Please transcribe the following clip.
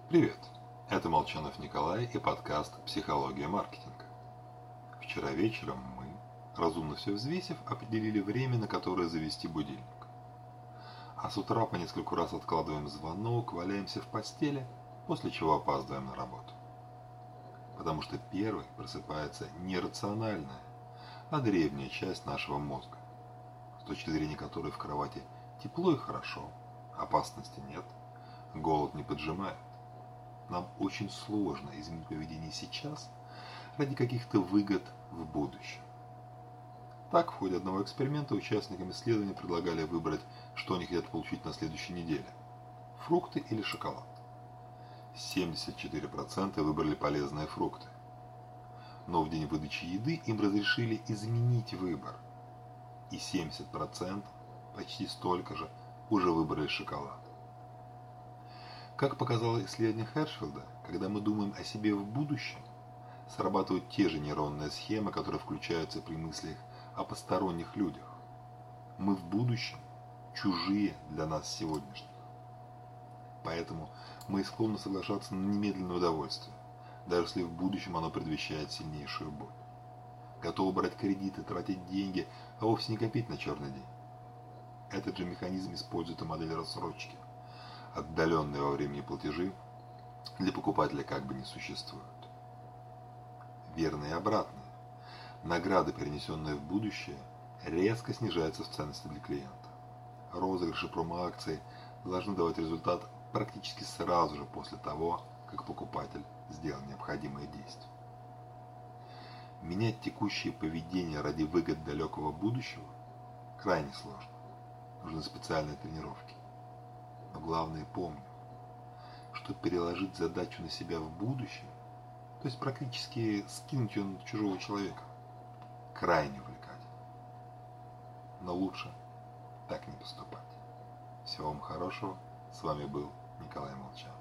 Привет! Это Молчанов Николай и подкаст «Психология маркетинга». Вчера вечером мы, разумно все взвесив, определили время, на которое завести будильник. А с утра по нескольку раз откладываем звонок, валяемся в постели, после чего опаздываем на работу. Потому что первой просыпается не рациональная, а древняя часть нашего мозга, с точки зрения которой в кровати тепло и хорошо, опасности нет, голод не поджимает. Нам очень сложно изменить поведение сейчас ради каких-то выгод в будущем. Так, в ходе одного эксперимента участникам исследования предлагали выбрать, что они хотят получить на следующей неделе – фрукты или шоколад. 74% выбрали полезные фрукты. Но в день выдачи еды им разрешили изменить выбор. И 70%, почти столько же, уже выбрали шоколад. Как показало исследование Хершфилда, когда мы думаем о себе в будущем, срабатывают те же нейронные схемы, которые включаются при мыслях о посторонних людях. Мы в будущем чужие для нас сегодняшних. Поэтому мы склонны соглашаться на немедленное удовольствие, даже если в будущем оно предвещает сильнейшую боль. Готовы брать кредиты, тратить деньги, а вовсе не копить на черный день. Этот же механизм использует и модель рассрочки. Отдаленные во времени платежи для покупателя как бы не существуют. Верно и обратное. Награды, перенесенные в будущее, резко снижаются в ценности для клиента. Розыгрыши промо-акции должны давать результат практически сразу же после того, как покупатель сделал необходимые действия. Менять текущее поведение ради выгод далекого будущего крайне сложно. Нужны специальные тренировки. Но главное помню, что переложить задачу на себя в будущем, то есть практически скинуть ее на чужого человека, крайне увлекательно. Но лучше так не поступать. Всего вам хорошего. С вами был Николай Молчанов.